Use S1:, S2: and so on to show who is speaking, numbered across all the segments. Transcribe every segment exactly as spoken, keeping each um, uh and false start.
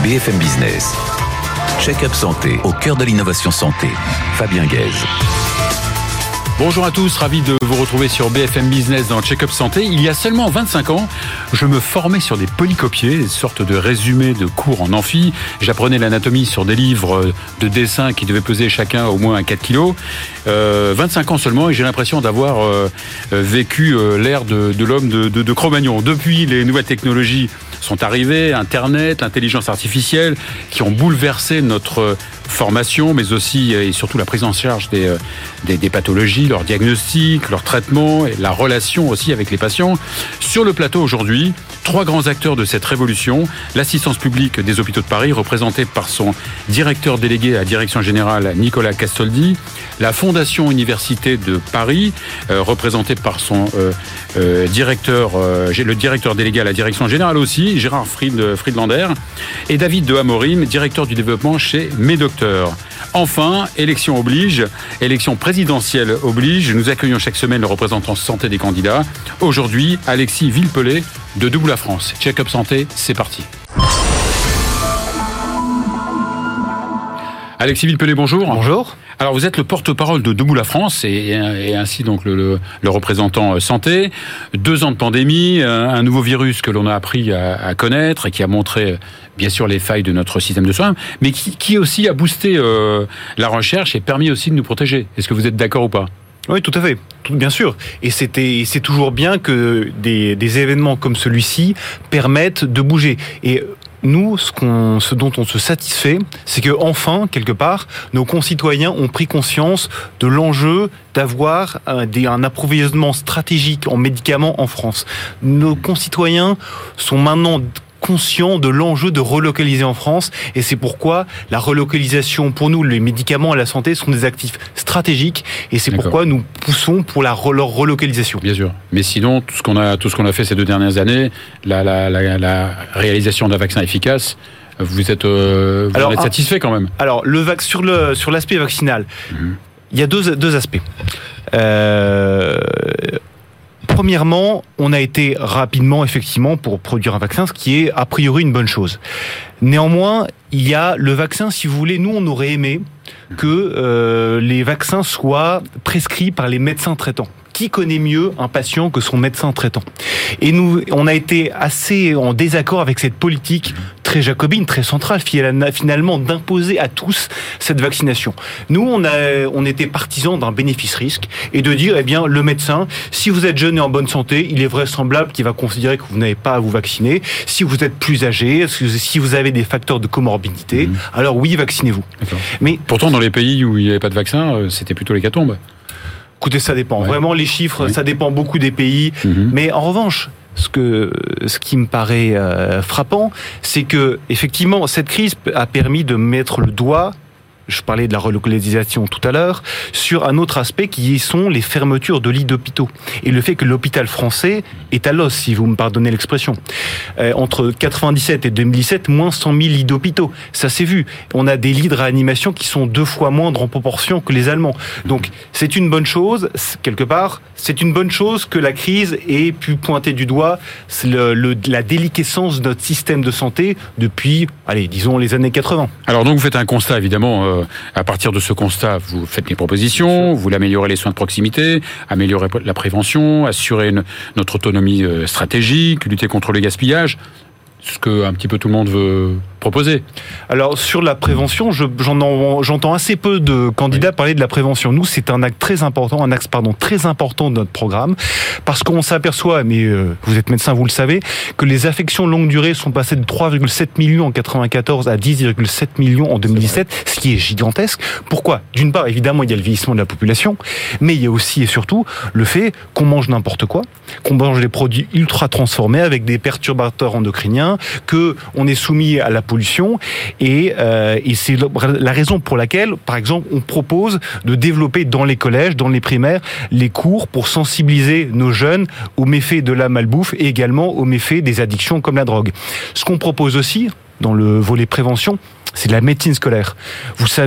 S1: B F M Business. Check-up santé, au cœur de l'innovation santé. Fabien Guèze.
S2: Bonjour à tous, ravi de vous retrouver sur B F M Business dans Check-up Santé. Il y a seulement vingt-cinq ans, je me formais sur des polycopiés, des sortes de résumés de cours en amphi. J'apprenais l'anatomie sur des livres de dessin qui devaient peser chacun au moins quatre kilos. Euh, vingt-cinq ans seulement et j'ai l'impression d'avoir euh, vécu euh, l'ère de, de l'homme de, de, de Cro-Magnon. Depuis, les nouvelles technologies sont arrivées, Internet, l'intelligence artificielle, qui ont bouleversé notre formation, mais aussi et surtout la prise en charge des, des, des pathologies, leur diagnostic, leur traitement et la relation aussi avec les patients. Sur le plateau aujourd'hui, trois grands acteurs de cette révolution. L'assistance publique des hôpitaux de Paris, représentée par son directeur délégué à la direction générale, Nicolas Castoldi. La Fondation Université de Paris, euh, représentée par son euh, euh, directeur, euh, le directeur délégué à la direction générale aussi, Gérard Fried, Friedlander. Et David de Amorim, directeur du développement chez Médocteur. Enfin, élection oblige, élection présidentielle oblige. Nous accueillons chaque semaine le représentant santé des candidats. Aujourd'hui, Alexis Villepelet de Debout la France. Check-up santé, c'est parti. Alexis Villepelet, bonjour.
S3: Bonjour.
S2: Alors, vous êtes le porte-parole de Debout la France et, et ainsi donc le, le, le représentant santé. Deux ans de pandémie, un nouveau virus que l'on a appris à, à connaître et qui a montré bien sûr les failles de notre système de soins, mais qui, qui aussi a boosté euh, la recherche et permis aussi de nous protéger. Est-ce que vous êtes d'accord ou pas ?
S3: Oui, tout à fait, tout, bien sûr. Et c'était, c'est toujours bien que des, des événements comme celui-ci permettent de bouger. Et nous, ce, qu'on, ce dont on se satisfait, c'est que enfin, quelque part, nos concitoyens ont pris conscience de l'enjeu d'avoir un, des, un approvisionnement stratégique en médicaments en France. Nos concitoyens sont maintenant conscients de l'enjeu de relocaliser en France et c'est pourquoi la relocalisation, pour nous, les médicaments et la santé sont des actifs stratégiques et c'est D'accord. pourquoi nous poussons pour la, leur relocalisation.
S2: Bien sûr, mais sinon tout ce qu'on a, tout ce qu'on a fait ces deux dernières années, la, la, la, la réalisation d'un vaccin efficace, vous êtes, euh, vous alors, en êtes satisfait quand même.
S3: Alors le vac- sur le sur l'aspect vaccinal, mmh. il y a deux deux aspects. Euh, Premièrement, on a été rapidement, effectivement, pour produire un vaccin, ce qui est a priori une bonne chose. Néanmoins, il y a le vaccin, si vous voulez, nous, on aurait aimé que euh, les vaccins soient prescrits par les médecins traitants. Qui connaît mieux un patient que son médecin traitant ? Et nous, on a été assez en désaccord avec cette politique très jacobine, très centrale, finalement, d'imposer à tous cette vaccination. Nous, on a, on était partisans d'un bénéfice-risque et de dire, eh bien, le médecin, si vous êtes jeune et en bonne santé, il est vraisemblable qu'il va considérer que vous n'avez pas à vous vacciner. Si vous êtes plus âgé, si vous avez des facteurs de comorbidité, mmh. alors oui, vaccinez-vous.
S2: D'accord. Mais pourtant, dans les pays où il n'y avait pas de vaccin, c'était plutôt l'hécatombe.
S3: Écoutez, ça dépend. Ouais. Vraiment, les chiffres, ouais. ça dépend beaucoup des pays. Mmh. Mais en revanche, ce que, ce qui me paraît euh, frappant, c'est que, effectivement, cette crise a permis de mettre le doigt, je parlais de la relocalisation tout à l'heure, sur un autre aspect qui sont les fermetures de lits d'hôpitaux. Et le fait que l'hôpital français est à l'os, si vous me pardonnez l'expression. Euh, entre quatre-vingt-dix-sept et deux mille dix-sept, moins cent mille lits d'hôpitaux. Ça s'est vu. On a des lits de réanimation qui sont deux fois moindres en proportion que les Allemands. Donc, c'est une bonne chose, quelque part, c'est une bonne chose que la crise ait pu pointer du doigt le, le, la déliquescence de notre système de santé depuis, allez, disons, les années quatre-vingts.
S2: Alors, donc, vous faites un constat, évidemment, euh, à partir de ce constat, vous faites des propositions, vous améliorez les soins de proximité, améliorer la prévention, assurer une, notre autonomie stratégique, lutter contre le gaspillage, ce que un petit peu tout le monde veut proposer.
S3: Alors, sur la prévention, je, j'en en, j'entends assez peu de candidats oui. parler de la prévention. Nous, c'est un axe très important, un axe pardon, très important de notre programme, parce qu'on s'aperçoit, mais euh, vous êtes médecin, vous le savez, que les affections de longue durée sont passées de trois virgule sept millions en quatre-vingt-quatorze à dix virgule sept millions en deux mille dix-sept, ce qui est gigantesque. Pourquoi ? D'une part, évidemment, il y a le vieillissement de la population, mais il y a aussi et surtout le fait qu'on mange n'importe quoi, qu'on mange des produits ultra transformés avec des perturbateurs endocriniens, que on est soumis à la pollution et, euh, et c'est la raison pour laquelle, par exemple, on propose de développer dans les collèges, dans les primaires, les cours pour sensibiliser nos jeunes aux méfaits de la malbouffe et également aux méfaits des addictions comme la drogue. Ce qu'on propose aussi dans le volet prévention, c'est de la médecine scolaire. Vous savez,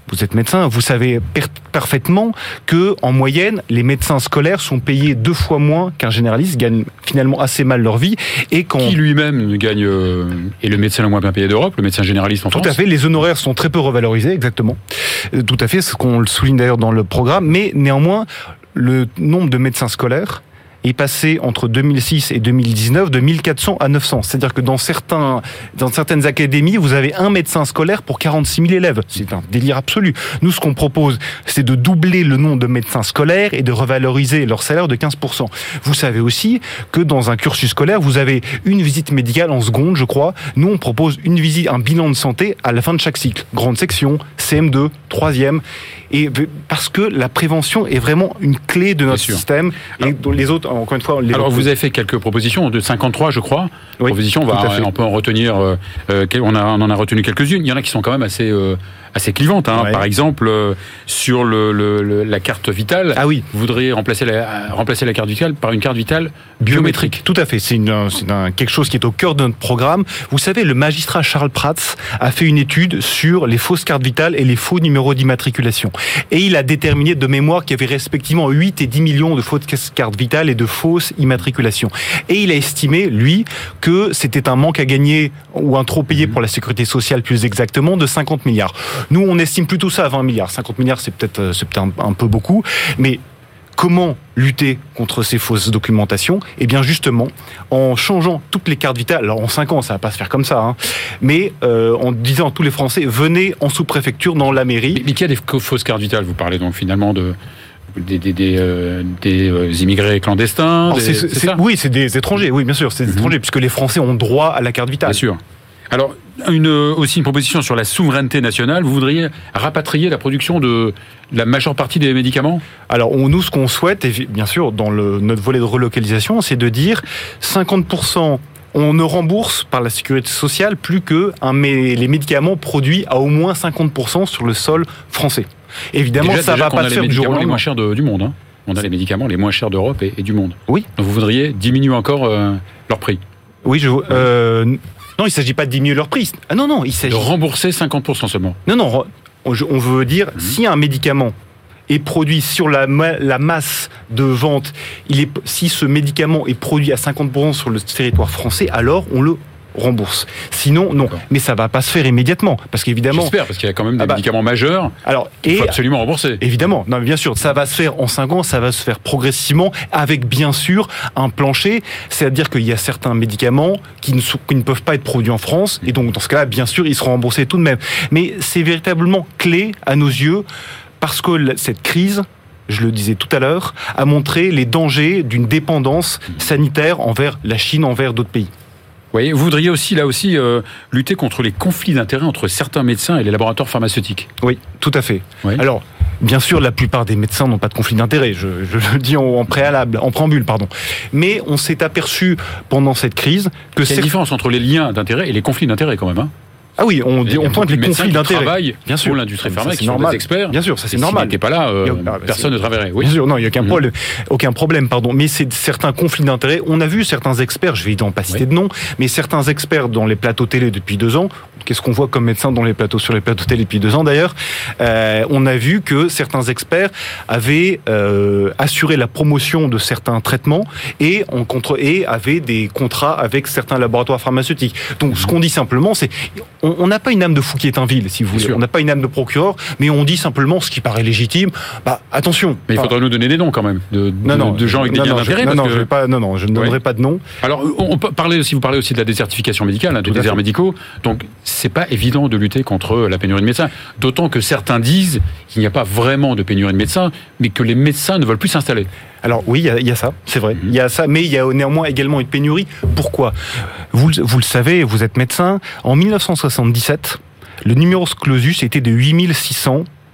S3: vous êtes médecin, vous savez per- parfaitement que en moyenne, les médecins scolaires sont payés deux fois moins qu'un généraliste, gagnent finalement assez mal leur vie. Et quand...
S2: Qui lui-même gagne, euh, est le médecin le moins bien payé d'Europe, le médecin généraliste en France.
S3: Tout à fait, les honoraires sont très peu revalorisés, exactement. Tout à fait, c'est ce qu'on le souligne d'ailleurs dans le programme, mais néanmoins, le nombre de médecins scolaires est passé entre deux mille six et deux mille dix-neuf de mille quatre cents à neuf cents. C'est-à-dire que dans certains, dans certaines académies, vous avez un médecin scolaire pour quarante-six mille élèves. C'est un délire absolu. Nous, ce qu'on propose, c'est de doubler le nombre de médecins scolaires et de revaloriser leur salaire de quinze pour cent. Vous savez aussi que dans un cursus scolaire, vous avez une visite médicale en seconde, je crois. Nous, on propose une visite, un bilan de santé à la fin de chaque cycle. Grande section, C M deux, troisième. Et parce que la prévention est vraiment une clé de notre système. Et Alors, les autres, encore une fois... Les
S2: alors,
S3: autres...
S2: vous avez fait quelques propositions, de cinquante-trois, je crois.
S3: Oui,
S2: propositions, on, va, on peut en retenir... Euh, on, a, on en a retenu quelques-unes. Il y en a qui sont quand même assez... Euh, assez clivante, hein. Ouais. Par exemple, euh, sur le, le, le, la carte vitale,
S3: ah oui.
S2: vous voudriez remplacer la, remplacer la carte vitale par une carte vitale biométrique.
S3: Tout à fait, c'est, une, c'est un, quelque chose qui est au cœur de notre programme. Vous savez, le magistrat Charles Prats a fait une étude sur les fausses cartes vitales et les faux numéros d'immatriculation. Et il a déterminé de mémoire qu'il y avait respectivement huit et dix millions de fausses cartes vitales et de fausses immatriculations. Et il a estimé, lui, que c'était un manque à gagner ou un trop payé pour la sécurité sociale, plus exactement, de cinquante milliards. Nous, on estime plutôt ça à vingt milliards. cinquante milliards, c'est peut-être, c'est peut-être un, un peu beaucoup. Mais comment lutter contre ces fausses documentations ? Eh bien, justement, en changeant toutes les cartes vitales. Alors, en cinq ans, ça va pas se faire comme ça. Hein, mais euh, en disant à tous les Français, venez en sous-préfecture dans la mairie.
S2: Mais, mais qu'il y a des fausses cartes vitales. Vous parlez donc finalement de... Des, des, des, euh, des euh, immigrés clandestins.
S3: Alors,
S2: des,
S3: c'est,
S2: c'est
S3: c'est,
S2: ça
S3: oui, c'est des étrangers. Oui, bien sûr, c'est des mm-hmm. étrangers, puisque les Français ont droit à la carte vitale.
S2: Bien sûr. Alors, une, aussi une proposition sur la souveraineté nationale. Vous voudriez rapatrier la production de la majeure partie des médicaments ?
S3: Alors, on, nous, ce qu'on souhaite, et bien sûr, dans le, notre volet de relocalisation, c'est de dire cinquante pour cent on ne rembourse par la sécurité sociale plus que un, les médicaments produits à au moins cinquante pour cent sur le sol français. Évidemment,
S2: déjà,
S3: ça ne va pas se faire du jour au lendemain.
S2: On a les médicaments les moins chers de, du monde. Hein. On a les médicaments les moins chers d'Europe et, et du monde.
S3: Oui.
S2: Donc, vous voudriez diminuer encore euh, leur prix ?
S3: Oui, je... Euh, non, il ne s'agit pas de diminuer leur prix. Ah non, non, il s'agit...
S2: De rembourser cinquante pour cent seulement.
S3: Non, non, on, on veut dire, mmh. si un médicament est produit sur la, la masse de vente, il est, si ce médicament est produit à cinquante pour cent sur le territoire français, alors on le rembourse. Sinon, non. D'accord. Mais ça va pas se faire immédiatement, parce qu'évidemment...
S2: J'espère, parce qu'il y a quand même des ah bah, médicaments majeurs
S3: alors,
S2: qu'il faut
S3: et,
S2: absolument rembourser.
S3: Évidemment. Non, mais bien sûr, ça va se faire en cinq ans, ça va se faire progressivement, avec bien sûr un plancher, c'est-à-dire qu'il y a certains médicaments qui ne, sont, qui ne peuvent pas être produits en France, et donc dans ce cas-là, bien sûr, ils seront remboursés tout de même. Mais c'est véritablement clé à nos yeux, parce que cette crise, je le disais tout à l'heure, a montré les dangers d'une dépendance sanitaire envers la Chine, envers d'autres pays.
S2: Oui, vous voudriez aussi, là aussi, euh, lutter contre les conflits d'intérêts entre certains médecins et les laboratoires pharmaceutiques.
S3: Oui, tout à fait.
S2: Oui.
S3: Alors, bien sûr, la plupart des médecins n'ont pas de conflit d'intérêts, je, je le dis en, en préalable, en préambule, pardon. Mais on s'est aperçu pendant cette crise que...
S2: Il y a une différence entre les liens d'intérêts et les conflits d'intérêts quand même, hein.
S3: Ah oui, on, dit, on pointe les conflits d'intérêts.
S2: Bien sûr, pour l'industrie pharmaceutique, qui sont des experts.
S3: Bien sûr, ça c'est
S2: et
S3: normal.
S2: S'ils n'étaient pas là, euh, a, bah, personne ne travaillerait. Oui.
S3: Bien sûr, non, il n'y a aucun, mmh. problème, aucun problème, pardon. Mais c'est certains conflits d'intérêts. On a vu certains experts, je vais évidemment pas citer oui. de nom, mais certains experts dans les plateaux télé depuis deux ans. Qu'est-ce qu'on voit comme médecin dans les plateaux, sur les plateaux télé depuis deux ans d'ailleurs euh, On a vu que certains experts avaient euh, assuré la promotion de certains traitements et, en contre, et avaient des contrats avec certains laboratoires pharmaceutiques. Donc, mmh. ce qu'on dit simplement, c'est on n'a pas une âme de Fouquier-Tinville, si vous voulez. On n'a pas une âme de procureur, mais on dit simplement ce qui paraît légitime. Bah, attention.
S2: Mais il faudra nous donner des noms quand même de, de,
S3: non, non,
S2: de gens avec des liens d'intérêt.
S3: Non, non,
S2: que...
S3: je vais pas, non, non, je ne donnerai ouais. pas de nom.
S2: Alors, on peut parler aussi, vous parlez aussi de la désertification médicale, hein, des déserts médicaux. Donc, c'est pas évident de lutter contre la pénurie de médecins. D'autant que certains disent qu'il n'y a pas vraiment de pénurie de médecins, mais que les médecins ne veulent plus s'installer.
S3: Alors oui, il y, y a ça, c'est vrai. Il mmh. y a ça, mais il y a néanmoins également une pénurie. Pourquoi ? vous, vous le savez, vous êtes médecin. En mille neuf cent soixante-dix-sept, le numerus clausus était de huit mille six cents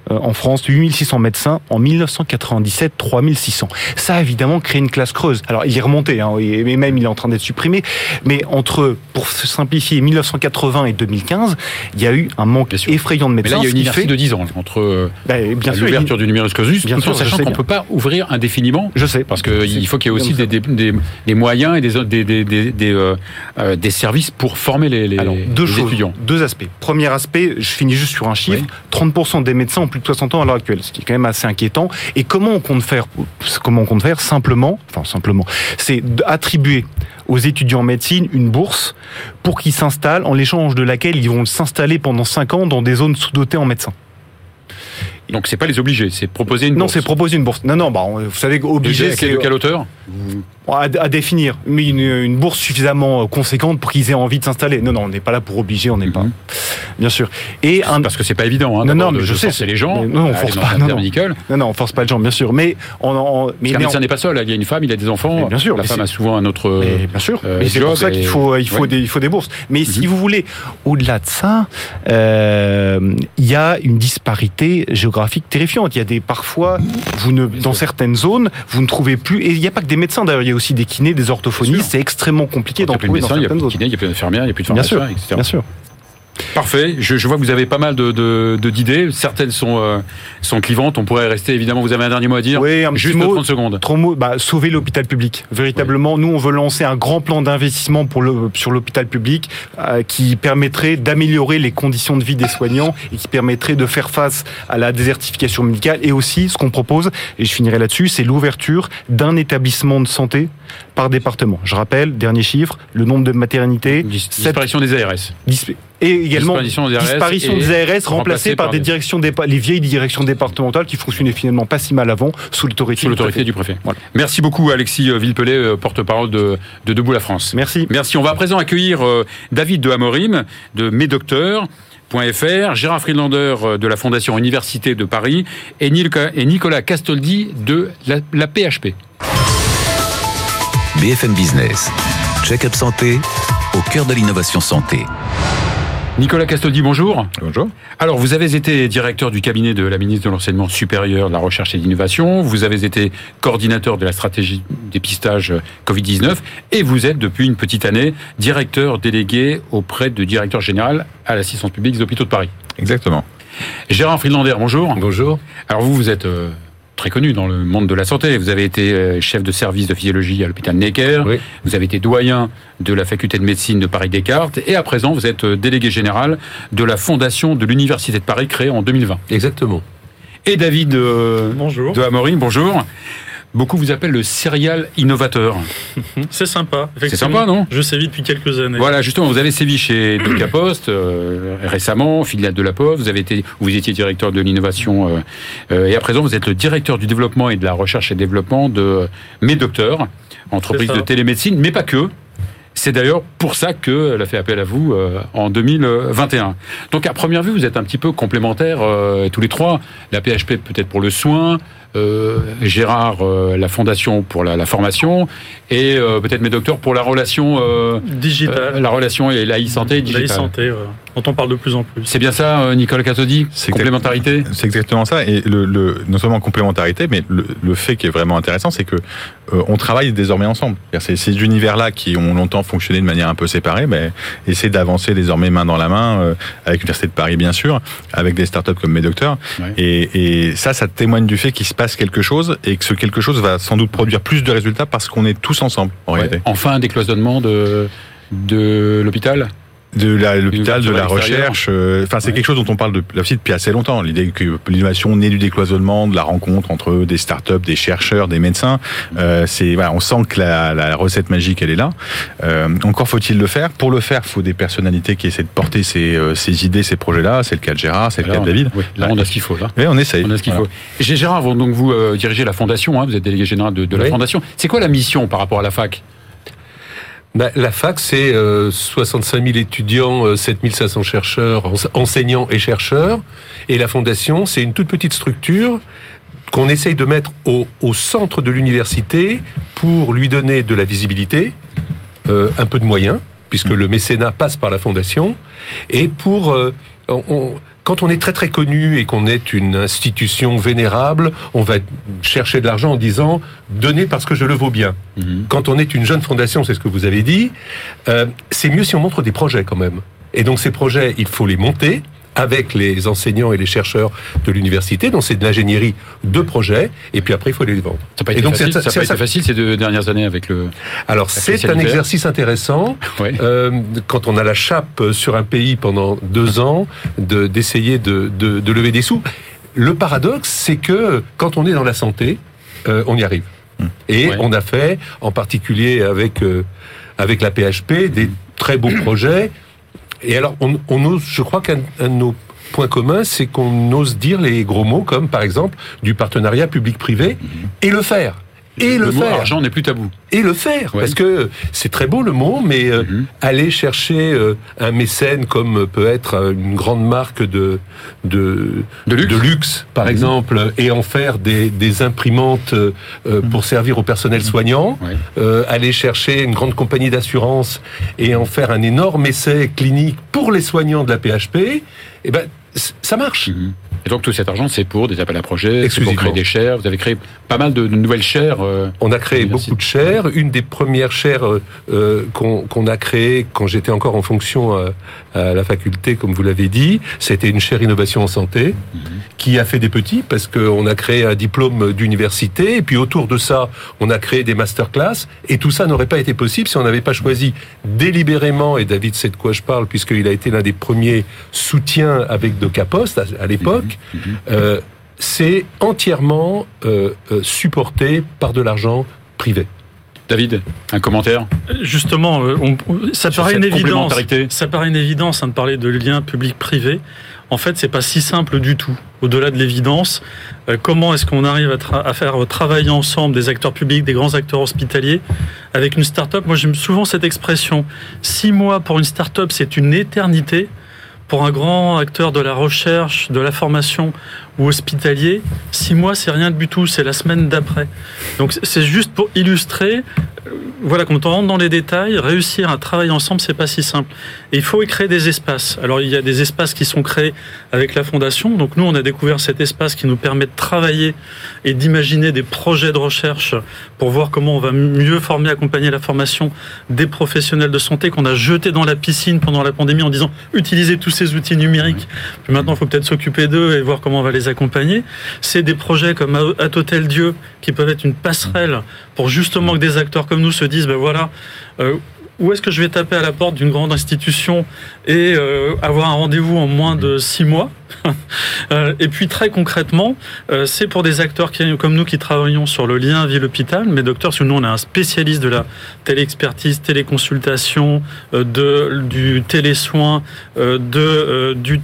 S3: euh, en France, huit mille six cents médecins. En dix-neuf cent quatre-vingt-dix-sept, trois mille six cents. Ça a évidemment créé une classe creuse. Alors il est remonté, hein, et même il est en train d'être supprimé. Mais entre, pour simplifier, dix-neuf cent quatre-vingts et deux mille quinze, il y a eu un manque effrayant de médecins.
S2: Mais là, il y a une inertie
S3: fait...
S2: de dix ans entre bah, bien sûr, l'ouverture une... du numerus clausus, bien sûr, sachant qu'on ne peut pas ouvrir indéfiniment.
S3: Je sais.
S2: Parce qu'il faut qu'il y ait aussi des, des, des, des moyens et des, des, des, des, des, euh, euh, des services pour former les, les,
S3: Alors, deux
S2: les
S3: choses,
S2: étudiants.
S3: Deux aspects. Premier aspect, je finis juste sur un chiffre, oui. trente pour cent des médecins ont plus de soixante ans à l'heure actuelle, ce qui est quand même assez inquiétant. Et comment on compte faire, comment on compte faire simplement, enfin simplement, c'est attribuer aux étudiants en médecine une bourse pour qu'ils s'installent, en l'échange de laquelle ils vont s'installer pendant cinq ans dans des zones sous-dotées en médecins.
S2: Donc c'est pas les obliger, c'est proposer une bourse.
S3: Non, c'est proposer une bourse. Non, non, bah, vous savez, obliger,
S2: c'est... De quelle hauteur ?
S3: à, à définir, mais une, une bourse suffisamment conséquente pour qu'ils aient envie de s'installer. Non, non, on n'est pas là pour obliger, on n'est mm-hmm. pas... Bien sûr. Et un...
S2: Parce que c'est pas évident, hein,
S3: non, non, mais
S2: de,
S3: je
S2: de
S3: sais,
S2: forcer les gens.
S3: Non, on force pas. Non, non. non, non, on force pas les gens, bien sûr. Mais on, on mais
S2: Parce qu'un médecin
S3: on...
S2: n'est pas seul. Il y a une femme, il a des enfants.
S3: Mais bien sûr.
S2: La femme
S3: c'est...
S2: a souvent un autre.
S3: Mais bien sûr.
S2: Euh,
S3: mais c'est pour ça
S2: et...
S3: qu'il faut, il faut ouais. des, il faut des bourses. Mais mm-hmm. si vous voulez, au-delà de ça, euh, il y a une disparité géographique terrifiante. Il y a des parfois, vous ne, dans certaines zones, vous ne trouvez plus. Et il n'y a pas que des médecins. D'ailleurs, il y a aussi des kinés, des orthophonistes. C'est extrêmement compliqué d'en trouver dans certaines zones.
S2: Il y a plus d'infirmières, il n'y a plus de pharmaciens, et cetera.
S3: Bien sûr.
S2: Parfait. Je, je vois que vous avez pas mal de, de, de d'idées. Certaines sont euh, sont clivantes. On pourrait rester évidemment. Vous avez un dernier mot à dire ?
S3: Oui, un
S2: juste
S3: petit mot,
S2: trente secondes.
S3: Trop mot. Bah, sauver l'hôpital public. Véritablement, oui. Nous, on veut lancer un grand plan d'investissement pour le sur l'hôpital public euh, qui permettrait d'améliorer les conditions de vie des soignants et qui permettrait de faire face à la désertification médicale. Et aussi, ce qu'on propose, et je finirai là-dessus, c'est l'ouverture d'un établissement de santé par département. Je rappelle, dernier chiffre, le nombre de maternités.
S2: Dis- disparition sept... des A R S.
S3: Dis- Et également disparition des A R S, disparition des A R S remplacée par, par des directions dépa- les vieilles directions départementales qui fonctionnaient finalement pas si mal avant sous l'autorité,
S2: sous l'autorité du préfet. Du préfet. Voilà. Merci beaucoup Alexis Villepelet, porte-parole de, de Debout la France.
S3: Merci.
S2: Merci. On va à présent accueillir David de Amorim de Médocteur point F R, Gérard Friedlander de la Fondation Université de Paris et Nicolas Castoldi de la, la P H P.
S1: B F M Business, Check-up Santé, au cœur de l'innovation santé.
S2: Nicolas Castoldi, bonjour.
S4: Bonjour.
S2: Alors, vous avez été directeur du cabinet de la ministre de l'Enseignement supérieur, de la Recherche et de l'Innovation. Vous avez été coordinateur de la stratégie dépistage covid dix-neuf. Et vous êtes, depuis une petite année, directeur délégué auprès du directeur général à l'assistance publique des hôpitaux de Paris.
S4: Exactement.
S2: Gérard Friedlander, bonjour.
S4: Bonjour.
S2: Alors, vous, vous êtes... Euh, très connu dans le monde de la santé. Vous avez été chef de service de physiologie à l'hôpital Necker. Oui. Vous avez été doyen de la faculté de médecine de Paris-Descartes. Et à présent, vous êtes délégué général de la fondation de l'Université de Paris créée en deux mille vingt.
S4: Exactement.
S2: Et David euh,
S5: bonjour.
S2: de Amorim, bonjour. Beaucoup vous appellent le serial innovateur.
S5: C'est sympa.
S2: C'est sympa, non ?
S5: Je sévis depuis quelques années.
S2: Voilà, justement, vous avez sévi chez Decapost euh, récemment, filiale de la Poste. Vous avez été, vous étiez directeur de l'innovation euh, euh, et à présent vous êtes le directeur du développement et de la recherche et développement de Médocteur, entreprise de télémédecine, mais pas que. C'est d'ailleurs pour ça qu'elle a fait appel à vous euh, en deux mille vingt et un. Donc à première vue, vous êtes un petit peu complémentaires euh, tous les trois. La P H P peut-être pour le soin, euh, Gérard euh, la fondation pour la, la formation et euh, peut-être Médocteur pour la relation euh,
S5: digitale,
S2: euh, la relation et l'A I santé digitale.
S5: L'A I santé, ouais. Dont on parle de plus en plus.
S2: C'est bien ça, euh, Nicolas Castoldi. C'est complémentarité.
S4: Exact, c'est exactement ça. Et le, le non seulement complémentarité, mais le, le fait qui est vraiment intéressant, c'est que euh, on travaille désormais ensemble. C'est ces univers-là qui ont longtemps fonctionné de manière un peu séparée, mais essayer d'avancer désormais main dans la main euh, avec l'Université de Paris, bien sûr, avec des startups comme Médocteur. Ouais. Et, et ça, ça témoigne du fait qu'il se passe quelque chose et que ce quelque chose va sans doute produire plus de résultats parce qu'on est tous ensemble, en ouais. réalité.
S2: Enfin, un décloisonnement de, de l'hôpital ?
S4: De la, l'hôpital, de la recherche, euh, enfin c'est ouais. quelque chose dont on parle de, depuis assez longtemps. L'idée que l'innovation naît du décloisonnement, de la rencontre entre des startups, des chercheurs, des médecins. Euh, c'est, voilà, on sent que la, la recette magique elle est là. Euh, encore faut-il le faire. Pour le faire, il faut des personnalités qui essaient de porter ces, euh, ces idées, ces projets-là. C'est le cas de Gérard, c'est le cas de David.
S2: Oui, là, on a ce qu'il faut. Là,
S4: oui, on essaye.
S2: On a ce qu'il
S4: voilà.
S2: faut. J'ai Gérard, donc vous euh, dirigez la fondation. Hein, vous êtes délégué général de, de la oui. fondation. C'est quoi la mission par rapport à la fac ?
S6: Ben, la fac, c'est euh, soixante-cinq mille étudiants, euh, sept mille cinq cents chercheurs, enseignants et chercheurs. Et la fondation, c'est une toute petite structure qu'on essaye de mettre au, au centre de l'université pour lui donner de la visibilité, euh, un peu de moyens, puisque le mécénat passe par la fondation, et pour... Euh, on, on, quand on est très très connu et qu'on est une institution vénérable, on va chercher de l'argent en disant « donnez parce que je le vaux bien mmh. ». Quand on est une jeune fondation, c'est ce que vous avez dit, euh, c'est mieux si on montre des projets quand même. Et donc ces projets, il faut les monter avec les enseignants et les chercheurs de l'université, donc c'est de l'ingénierie de projet, et puis après il faut les vendre.
S2: Ça n'a pas été, donc, facile, ça, ça, ça, pas été facile ces deux dernières années avec le...
S6: Alors c'est un exercice intéressant, ouais. euh, quand on a la chape sur un pays pendant deux ans, de, d'essayer de, de, de lever des sous. Le paradoxe, c'est que quand on est dans la santé, euh, on y arrive. Et ouais. on a fait, en particulier avec, euh, avec la P H P, des très beaux projets. Et alors, on, on ose, je crois qu'un un de nos points communs, c'est qu'on ose dire les gros mots comme, par exemple, du partenariat public-privé, mmh. et le faire. Et le,
S2: le mot
S6: faire.
S2: argent n'est plus tabou.
S6: Et le faire, ouais. parce que c'est très beau le mot, mais euh, mmh. aller chercher euh, un mécène comme peut être une grande marque de de
S2: de luxe,
S6: de luxe par mmh. exemple, et en faire des, des imprimantes euh, mmh. pour servir au personnel soignant, ouais. euh, aller chercher une grande compagnie d'assurance et en faire un énorme essai clinique pour les soignants de la P H P, eh ben ça marche. Mmh.
S2: Et donc tout cet argent, c'est pour des appels à projets, c'est pour créer des chaires. Vous avez créé pas mal de, de nouvelles chaires. Euh,
S6: on a créé beaucoup de chaires. Une des premières chaires euh, qu'on, qu'on a créées quand j'étais encore en fonction à, à la faculté, comme vous l'avez dit, c'était une chaire innovation en santé, mmh. qui a fait des petits, parce qu'on a créé un diplôme d'université, et puis autour de ça, on a créé des masterclass, et tout ça n'aurait pas été possible si on n'avait pas choisi délibérément, et David sait de quoi je parle, puisqu'il a été l'un des premiers soutiens avec DocaPost à, à l'époque, Mmh. Euh, c'est entièrement euh, euh, supporté par de l'argent privé.
S2: David, un commentaire ?
S5: Justement, euh, on, ça, paraît une évidence, ça paraît une évidence hein, de parler de lien public-privé. En fait, c'est pas si simple du tout. Au-delà de l'évidence, euh, comment est-ce qu'on arrive à, tra- à faire travailler ensemble des acteurs publics, des grands acteurs hospitaliers, avec une start-up ? Moi, j'aime souvent cette expression. Six mois pour une start-up, c'est une éternité. Pour un grand acteur de la recherche, de la formation ou hospitalier, six mois, c'est rien du tout, c'est la semaine d'après. Donc c'est juste pour illustrer, voilà, quand on rentre dans les détails, réussir à travailler ensemble, c'est pas si simple. Et il faut y créer des espaces. Alors il y a des espaces qui sont créés avec la fondation. Donc nous, on a découvert cet espace qui nous permet de travailler et d'imaginer des projets de recherche pour voir comment on va mieux former, accompagner la formation des professionnels de santé qu'on a jetés dans la piscine pendant la pandémie en disant utilisez tous ces outils numériques. Puis maintenant, il faut peut-être s'occuper d'eux et voir comment on va les accompagner. C'est des projets comme At Hôtel Dieu qui peuvent être une passerelle pour justement que des acteurs comme nous se disent ben voilà, euh, où est-ce que je vais taper à la porte d'une grande institution et euh, avoir un rendez-vous en moins de six mois. euh, et puis très concrètement, euh, c'est pour des acteurs qui, comme nous qui travaillons sur le lien ville-hôpital, mais docteur, parce que nous on a un spécialiste de la téléexpertise, téléconsultation, euh, de, du télésoin, euh, de, euh, du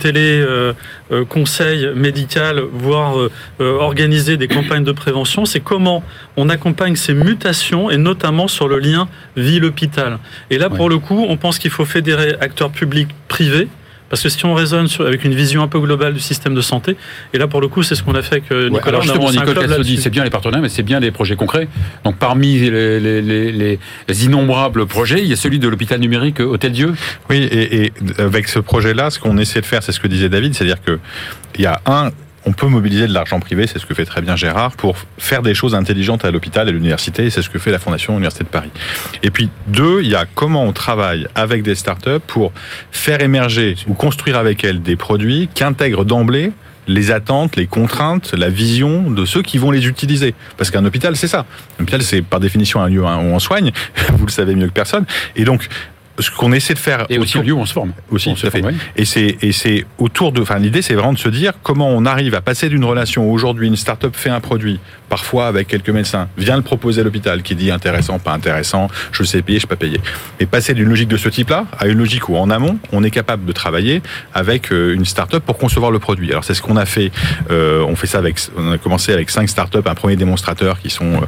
S5: télé-conseil euh, médical, voire euh, euh, organiser des campagnes de prévention. C'est comment on accompagne ces mutations et notamment sur le lien ville-hôpital. Et là, pour ouais. le coup, on pense qu'il faut fédérer acteurs publics, privés, parce que si on raisonne sur, avec une vision un peu globale du système de santé, et là pour le coup c'est ce qu'on a fait avec Nicolas. Ouais,
S2: alors justement, Nicole Cassodi, c'est bien les partenariats, mais c'est bien les projets concrets. Donc parmi les, les, les, les, les innombrables projets, il y a celui de l'hôpital numérique Hôtel Dieu.
S4: Oui, et, et avec ce projet-là, ce qu'on essaie de faire, c'est ce que disait David, c'est-à-dire que il y a un... On peut mobiliser de l'argent privé, c'est ce que fait très bien Gérard, pour faire des choses intelligentes à l'hôpital et à l'université, et c'est ce que fait la Fondation Université de Paris. Et puis, deux, il y a comment on travaille avec des startups pour faire émerger ou construire avec elles des produits qui intègrent d'emblée les attentes, les contraintes, la vision de ceux qui vont les utiliser. Parce qu'un hôpital, c'est ça. Un hôpital, c'est par définition un lieu où on soigne, vous le savez mieux que personne, et donc... Ce qu'on essaie de faire...
S2: Et aussi
S4: autour...
S2: le lieu où on se forme.
S4: Aussi,
S2: on
S4: tout à fait. Oui. Et c'est, et c'est autour de... Enfin, l'idée, c'est vraiment de se dire comment on arrive à passer d'une relation où aujourd'hui, une start-up fait un produit, parfois avec quelques médecins, vient le proposer à l'hôpital, qui dit intéressant, pas intéressant, je sais payer, je peux pas payer. Et passer d'une logique de ce type-là à une logique où, en amont, on est capable de travailler avec une start-up pour concevoir le produit. Alors, c'est ce qu'on a fait. Euh, on fait ça avec... On a commencé avec cinq start-up, un premier démonstrateur qui sont... Euh,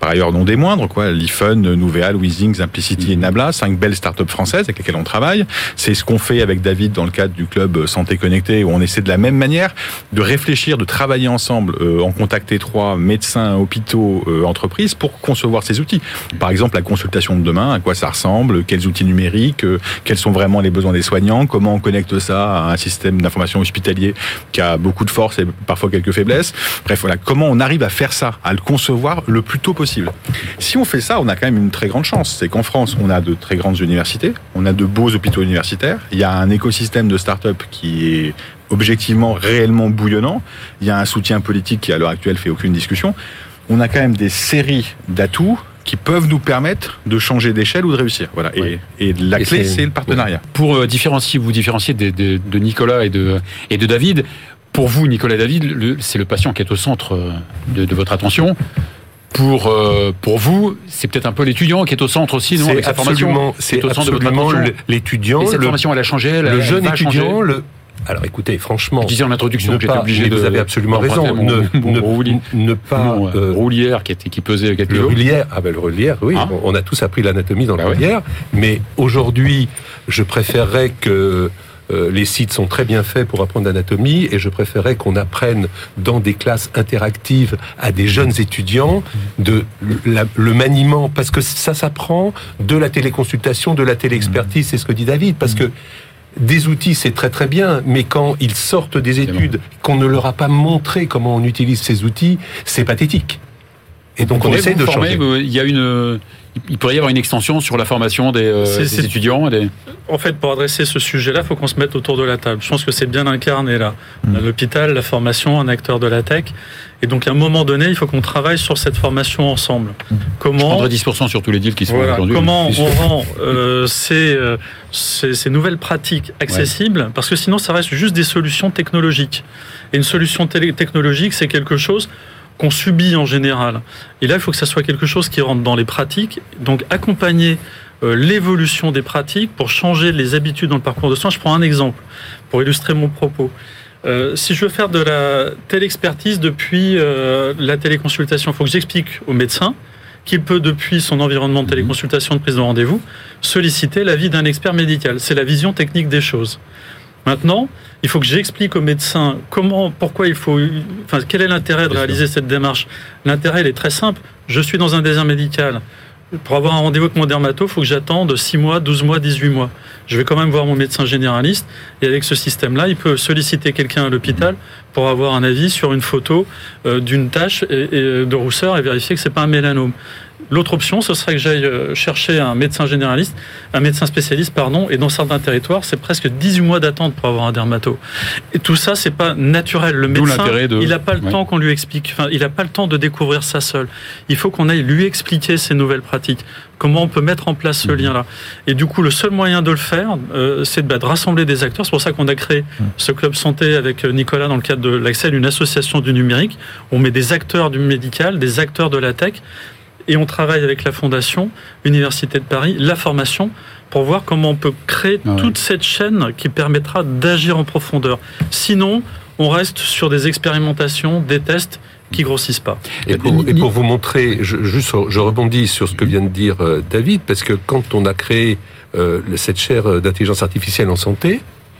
S4: par ailleurs non des moindres, quoi. Lifun, Nouvéal, Weezing, Simplicity et Nabla, cinq belles startups françaises avec lesquelles on travaille. C'est ce qu'on fait avec David dans le cadre du club Santé Connectée, où on essaie de la même manière de réfléchir, de travailler ensemble, euh, en contact étroit, médecins, hôpitaux, euh, entreprises, pour concevoir ces outils. Par exemple, la consultation de demain, à quoi ça ressemble, quels outils numériques, euh, quels sont vraiment les besoins des soignants, comment on connecte ça à un système d'information hospitalier qui a beaucoup de force et parfois quelques faiblesses. Bref, voilà, comment on arrive à faire ça, à le concevoir le plus tôt possible. Si on fait ça, on a quand même une très grande chance. C'est qu'en France, on a de très grandes universités, on a de beaux hôpitaux universitaires, il y a un écosystème de start-up qui est objectivement, réellement bouillonnant, il y a un soutien politique qui, à l'heure actuelle, fait aucune discussion. On a quand même des séries d'atouts qui peuvent nous permettre de changer d'échelle ou de réussir. Voilà. Et, et la et clé, c'est, c'est le partenariat.
S2: Pour euh, différencier, vous différencier de, de, de Nicolas et de, et de David, pour vous, Nicolas et David, le, c'est le patient qui est au centre de, de votre attention. Pour, euh, pour vous, c'est peut-être un peu l'étudiant qui est au centre aussi, non, avec sa formation.
S6: C'est, c'est au centre de votre attention. L'étudiant.
S2: Et cette
S6: le,
S2: formation, elle a changé. Elle,
S6: le
S2: elle
S6: jeune
S2: va
S6: étudiant, le... Alors écoutez, franchement,
S2: je disais en introduction que j'étais obligé de.
S6: Vous avez absolument raison.
S2: Mon,
S6: ne,
S2: mon,
S6: ne,
S2: mon,
S6: ne pas.
S2: Mon, euh, roulière qui, était, qui pesait quelques
S6: le
S2: jours.
S6: Roulière, ah ben le roulière, oui. Hein on a tous appris l'anatomie dans la bah roulière. Ouais. Mais aujourd'hui, je préférerais que euh, les sites sont très bien faits pour apprendre l'anatomie, et je préférerais qu'on apprenne dans des classes interactives à des jeunes étudiants de la, le maniement, parce que ça s'apprend de la téléconsultation, de la téléexpertise. C'est ce que dit David, parce que des outils, c'est très très bien, mais quand ils sortent des études, qu'on ne leur a pas montré comment on utilise ces outils, c'est pathétique. Et donc on essaie de
S2: former,
S6: changer.
S2: Il y a une, il pourrait y avoir une extension sur la formation des, euh,
S5: c'est,
S2: des
S5: c'est...
S2: étudiants. Des...
S5: En fait, pour adresser ce sujet-là, il faut qu'on se mette autour de la table. Je pense que c'est bien incarné là. Mmh. L'hôpital, la formation, un acteur de la tech. Et donc, à un moment donné, il faut qu'on travaille sur cette formation ensemble.
S2: Mmh. Comment Je prendrai dix pour cent sur tous les deals qui sont
S5: voilà,
S2: aujourd'hui.
S5: Comment on rend euh, ces, euh, ces, ces nouvelles pratiques accessibles, ouais. Parce que sinon, ça reste juste des solutions technologiques. Et une solution télé- technologique, c'est quelque chose qu'on subit en général. Et là, il faut que ça soit quelque chose qui rentre dans les pratiques, donc accompagner euh, l'évolution des pratiques pour changer les habitudes dans le parcours de soins. Je prends un exemple pour illustrer mon propos. Euh, si je veux faire de la téléexpertise depuis euh, la téléconsultation, il faut que j'explique au médecin qu'il peut, depuis son environnement de téléconsultation, de prise de rendez-vous, solliciter l'avis d'un expert médical. C'est la vision technique des choses. Maintenant, il faut que j'explique au médecin comment, pourquoi il faut, enfin, quel est l'intérêt de réaliser cette démarche. L'intérêt, il est très simple. Je suis dans un désert médical. Pour avoir un rendez-vous avec mon dermato, il faut que j'attende six mois, douze mois, dix-huit mois. Je vais quand même voir mon médecin généraliste. Et avec ce système-là, il peut solliciter quelqu'un à l'hôpital pour avoir un avis sur une photo euh, d'une tache et, et de rousseur et vérifier que c'est pas un mélanome. L'autre option, ce serait que j'aille chercher un médecin généraliste, un médecin spécialiste, pardon, et dans certains territoires, c'est presque dix-huit mois d'attente pour avoir un dermato. Et tout ça, c'est pas naturel. Le médecin, de... il n'a pas le ouais. temps qu'on lui explique, enfin, il n'a pas le temps de découvrir ça seul. Il faut qu'on aille lui expliquer ces nouvelles pratiques, comment on peut mettre en place ce mmh. lien-là. Et du coup, le seul moyen de le faire, euh, c'est de, bah, de rassembler des acteurs. C'est pour ça qu'on a créé mmh. ce club santé avec Nicolas dans le cadre de l'Axel, une association du numérique. On met des acteurs du médical, des acteurs de la tech, et on travaille avec la Fondation Université de Paris, la formation, pour voir comment on peut créer ah ouais. toute cette chaîne qui permettra d'agir en profondeur. Sinon, on reste sur des expérimentations, des tests qui grossissent pas.
S6: Et pour, et pour vous montrer, je, juste, je rebondis sur ce que vient de dire euh, David, parce que quand on a créé euh, cette chaire d'intelligence artificielle en santé,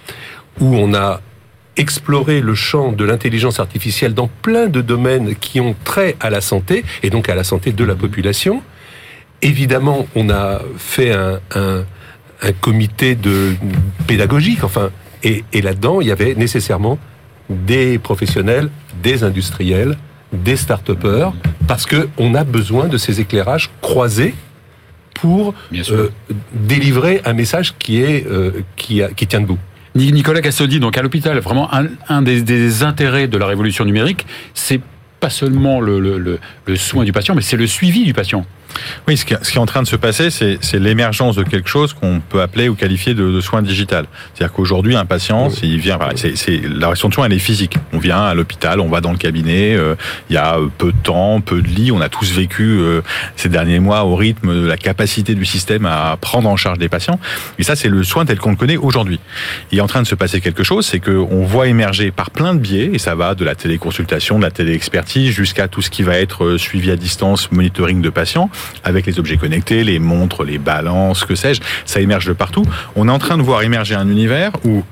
S6: où on a explorer le champ de l'intelligence artificielle dans plein de domaines qui ont trait à la santé, et donc à la santé de la population. Évidemment, on a fait un, un, un comité de pédagogique, enfin, et, et là-dedans, il y avait nécessairement des professionnels, des industriels, des start-upers, parce qu'on a besoin de ces éclairages croisés pour euh, délivrer un message qui, est, euh, qui, a, qui tient debout.
S2: Nicolas Castaldi, donc à l'hôpital, vraiment un, un des, des intérêts de la révolution numérique, c'est pas seulement le, le, le, le soin du patient, mais c'est le suivi du patient.
S4: Oui, ce qui, ce qui est en train de se passer, c'est, c'est l'émergence de quelque chose qu'on peut appeler ou qualifier de, de soin digital. C'est-à-dire qu'aujourd'hui, un patient, oui. s'il vient, c'est, c'est, la relation de soin, elle est physique. On vient à l'hôpital, on va dans le cabinet, euh, il y a peu de temps, peu de lits. On a tous vécu euh, ces derniers mois au rythme de la capacité du système à prendre en charge des patients. Et ça, c'est le soin tel qu'on le connaît aujourd'hui. Il est en train de se passer quelque chose, c'est qu'on voit émerger par plein de biais, et ça va de la téléconsultation, de la téléexpertise, jusqu'à tout ce qui va être suivi à distance, monitoring de patients, avec les objets connectés, les montres, les balances, que sais-je. Ça émerge de partout. On est en train de voir émerger un univers où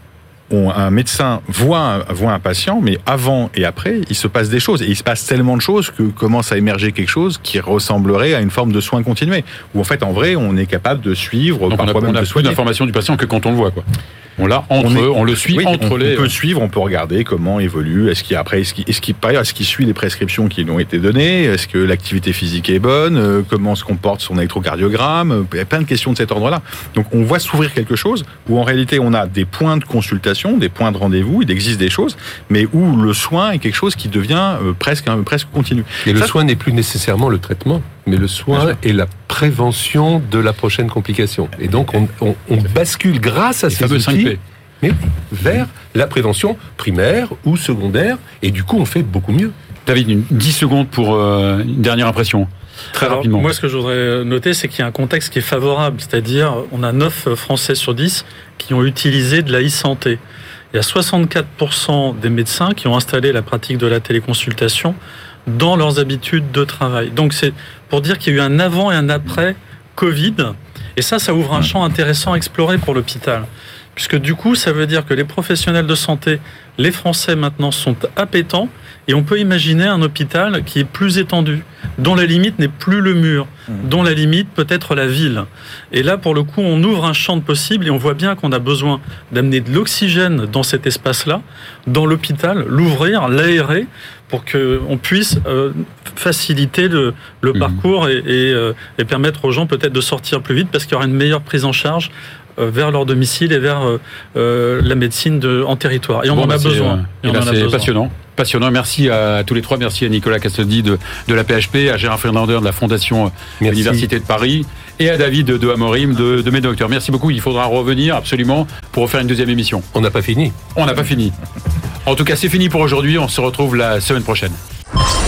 S4: On, un médecin voit un, voit un patient, mais avant et après, il se passe des choses. Et il se passe tellement de choses que commence à émerger quelque chose qui ressemblerait à une forme de soin continué. Où en fait, en vrai, on est capable de suivre,
S2: donc
S4: parfois
S2: on a,
S4: même
S2: on a
S4: de
S2: plus
S4: soigner.
S2: d'informations du patient que quand on le voit, quoi. On l'a entre on, est, eux, on le suit
S4: oui,
S2: entre
S4: on,
S2: les.
S4: On peut suivre, on peut regarder comment évolue. Est-ce qu'il après, est-ce qu'il, est-ce qu'il, par ailleurs, est-ce qu'il suit les prescriptions qui lui ont été données? Est-ce que l'activité physique est bonne? Comment se comporte son électrocardiogramme? Il y a plein de questions de cet ordre-là. Donc, on voit s'ouvrir quelque chose où en réalité, on a des points de consultation, des points de rendez-vous. Il existe des choses, mais où le soin est quelque chose qui devient presque, presque continu.
S6: Et
S4: Ça,
S6: le soin n'est plus nécessairement le traitement, mais le soin est la prévention de la prochaine complication. Et donc, on, on, on bascule grâce à
S2: les
S6: ces
S2: fameux
S6: outils
S2: cinq P.
S6: Mais vers la prévention primaire ou secondaire, et du coup, on fait beaucoup mieux.
S2: David, une, dix secondes pour euh, une dernière impression. Très
S5: Alors,
S2: rapidement.
S5: Moi, ce que je voudrais noter, c'est qu'il y a un contexte qui est favorable. C'est-à-dire, on a neuf Français sur dix qui ont utilisé de la e-santé. Il y a soixante-quatre pour cent des médecins qui ont installé la pratique de la téléconsultation dans leurs habitudes de travail. Donc, c'est pour dire qu'il y a eu un avant et un après Covid. Et ça, ça ouvre un champ intéressant à explorer pour l'hôpital. Puisque du coup, ça veut dire que les professionnels de santé, les Français maintenant, sont appétents, et on peut imaginer un hôpital qui est plus étendu, dont la limite n'est plus le mur, dont la limite peut être la ville. Et là, pour le coup, on ouvre un champ de possibles, et on voit bien qu'on a besoin d'amener de l'oxygène dans cet espace-là, dans l'hôpital, l'ouvrir, l'aérer, pour qu'on puisse euh, faciliter le, le mmh. parcours et, et, euh, et permettre aux gens peut-être de sortir plus vite, parce qu'il y aura une meilleure prise en charge vers leur domicile et vers euh, la médecine de, en territoire. Et on bon, en bah a besoin.
S2: Et là, c'est passionnant. Passionnant. Merci à tous les trois. Merci à Nicolas Castaldi de, de la P H P, à Gérard Fernander de la Fondation Merci. Université de Paris et à David de Amorim de, de Médocteur. Merci beaucoup. Il faudra revenir absolument pour refaire une deuxième émission.
S6: On n'a pas fini.
S2: On n'a pas fini. En tout cas, c'est fini pour aujourd'hui. On se retrouve la semaine prochaine.